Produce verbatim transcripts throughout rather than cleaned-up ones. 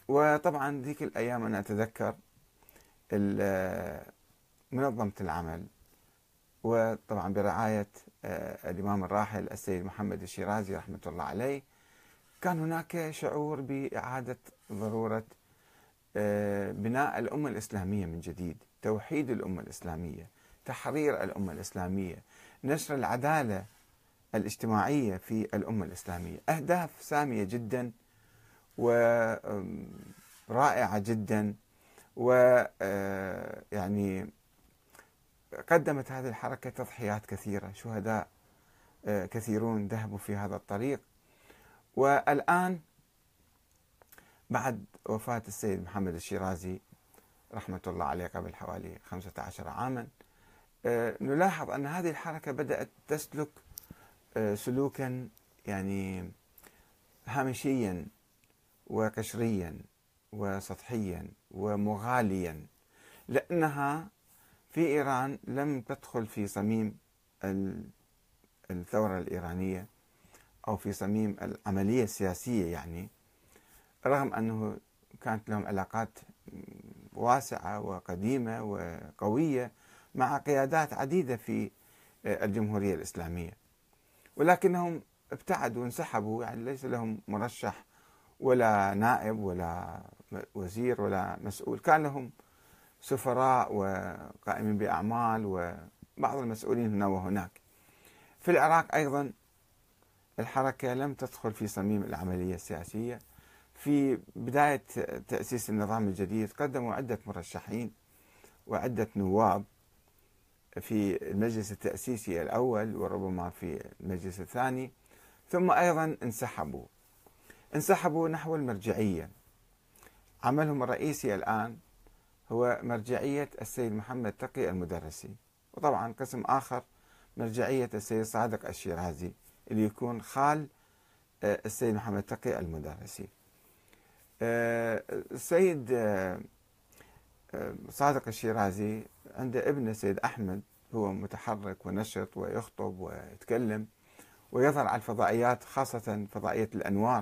وطبعا ذيك الأيام أنا أتذكر ال- منظمة العمل، وطبعا برعاية آه، الإمام الراحل السيد محمد الشيرازي رحمة الله عليه، كان هناك شعور بإعادة ضرورة آه، بناء الأمة الإسلامية من جديد، توحيد الأمة الإسلامية، تحرير الأمة الإسلامية، نشر العدالة الاجتماعية في الأمة الإسلامية. أهداف سامية جدا ورائعة جدا، ويعني قدمت هذه الحركة تضحيات كثيرة، شهداء آه، كثيرون ذهبوا في هذا الطريق. والآن بعد وفاة السيد محمد الشيرازي رحمة الله عليه قبل حوالي خمسة عشر عاما، آه، نلاحظ أن هذه الحركة بدأت تسلك آه، سلوكا يعني هامشيا وقشريا وسطحيا ومغاليا، لأنها في إيران لم تدخل في صميم الثورة الإيرانية أو في صميم العملية السياسية، يعني رغم أنه كانت لهم علاقات واسعة وقديمة وقوية مع قيادات عديدة في الجمهورية الإسلامية، ولكنهم ابتعدوا وانسحبوا، يعني ليس لهم مرشح ولا نائب ولا وزير ولا مسؤول، كان لهم سفراء وقائمين بأعمال وبعض المسؤولين هنا وهناك. في العراق أيضا الحركة لم تدخل في صميم العملية السياسية. في بداية تأسيس النظام الجديد قدموا عدة مرشحين وعدة نواب في المجلس التأسيسي الأول وربما في المجلس الثاني، ثم أيضا انسحبوا انسحبوا نحو المرجعية. عملهم الرئيسي الآن هو مرجعية السيد محمد تقي المدرسي، وطبعا قسم آخر مرجعية السيد صادق الشيرازي اللي يكون خال السيد محمد تقي المدرسي. السيد صادق الشيرازي عنده ابنه السيد أحمد، هو متحرك ونشط ويخطب ويتكلم ويظهر على الفضائيات، خاصة فضائية الأنوار،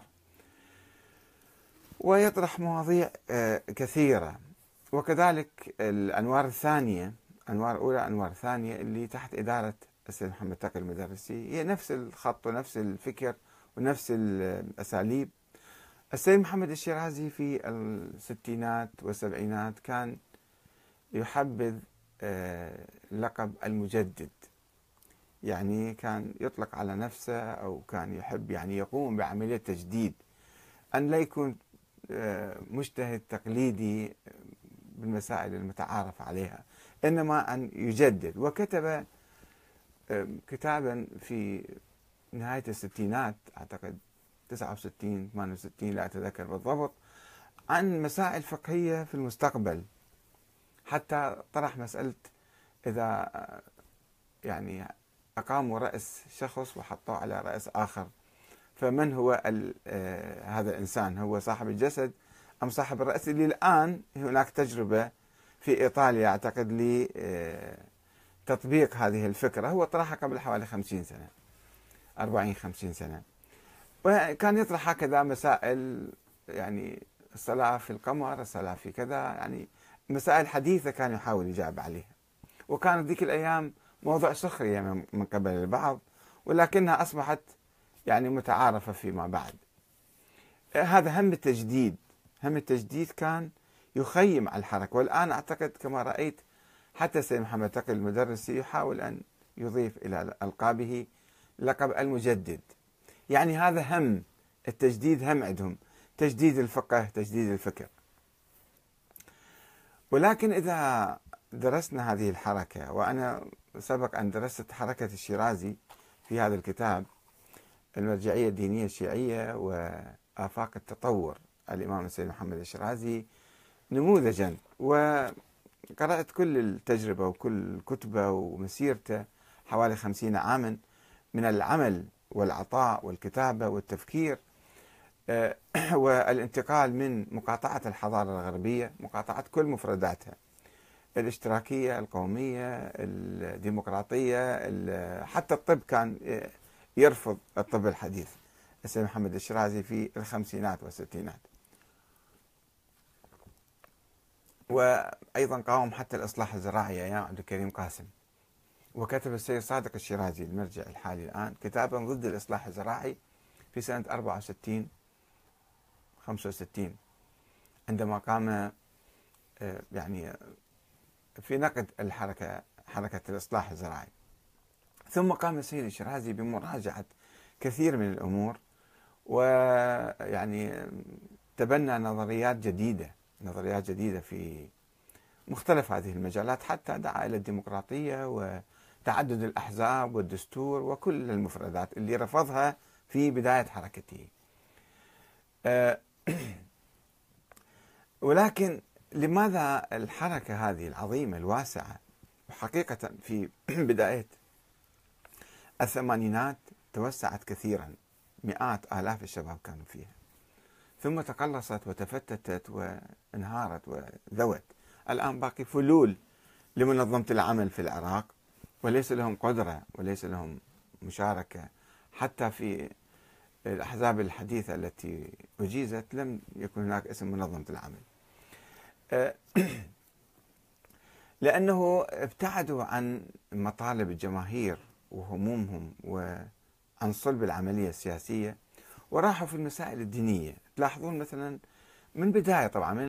ويطرح مواضيع كثيرة. وكذلك الأنوار الثانية، أنوار أولى أنوار ثانية اللي تحت إدارة السيد محمد تقي المدرسي، هي نفس الخط ونفس الفكر ونفس الأساليب. السيد محمد الشيرازي في الستينات والسبعينات كان يحبذ لقب المجدد، يعني كان يطلق على نفسه أو كان يحب يعني يقوم بعملية تجديد، أن لا يكون مجتهد تقليدي بالمسائل المتعارف عليها، إنما أن يجدد. وكتب كتابا في نهاية الستينات، أعتقد تسعة وستين ثمانية وستين لا أتذكر بالضبط، عن مسائل فقهية في المستقبل، حتى طرح مسألة إذا يعني أقاموا رأس شخص وحطوه على رأس آخر، فمن هو هذا الإنسان؟ هو صاحب الجسد أم صاحب الرأس؟ اللي الآن هناك تجربة في إيطاليا أعتقد لتطبيق هذه الفكرة، هو طرحها قبل حوالي خمسين سنة، أربعين خمسين سنة، وكان يطرح هكذا مسائل، يعني الصلاة في القمر، الصلاة في كذا، يعني مسائل حديثة كان يحاول يجاوب عليها، وكانت ذيك الأيام موضوع سخرية من قبل البعض، ولكنها أصبحت يعني متعارفة فيما بعد. هذا هم التجديد، هم التجديد كان يخيم على الحركة. والآن أعتقد كما رأيت حتى السيد محمد تقي المدرسي يحاول أن يضيف إلى ألقابه لقب المجدد، يعني هذا هم التجديد، هم عندهم تجديد الفقه، تجديد الفكر. ولكن إذا درسنا هذه الحركة، وأنا سبق أن درست حركة الشيرازي في هذا الكتاب، المرجعية الدينية الشيعية وآفاق التطور، الإمام السيد محمد الشيرازي نموذجا، وقرأت كل التجربة وكل كتبه ومسيرته حوالي خمسين عاما من العمل والعطاء والكتابة والتفكير والانتقال من مقاطعة الحضارة الغربية، مقاطعة كل مفرداتها، الاشتراكية، القومية، الديمقراطية، حتى الطب كان يرفض الطب الحديث السيد محمد الشيرازي في الخمسينات والستينات. وأيضا قاوم حتى الإصلاح الزراعي أيام عبد الكريم قاسم. وكتب السيد صادق الشيرازي المرجع الحالي الآن كتابا ضد الإصلاح الزراعي في سنة أربعة وستين خمسة وستين، عندما قام يعني في نقد الحركة حركة الإصلاح الزراعي. ثم قام السيد الشيرازي بمراجعة كثير من الأمور، ويعني تبنى نظريات جديدة نظريات جديدة في مختلف هذه المجالات، حتى دعا إلى الديمقراطية وتعدد الأحزاب والدستور وكل المفردات اللي رفضها في بداية حركته. ولكن لماذا الحركة هذه العظيمة الواسعة وحقيقة في بداية الثمانينات توسعت كثيرا، مئات آلاف الشباب كانوا فيها، ثم تقلصت وتفتتت وانهارت وذوت. الآن باقي فلول لمنظمة العمل في العراق، وليس لهم قدرة وليس لهم مشاركة حتى في الأحزاب الحديثة التي أجيزت، لم يكن هناك اسم منظمة العمل، لأنه ابتعدوا عن مطالب الجماهير وهمومهم وعن صلب العملية السياسية، وراحوا في المسائل الدينية. تلاحظون مثلا من بداية طبعا من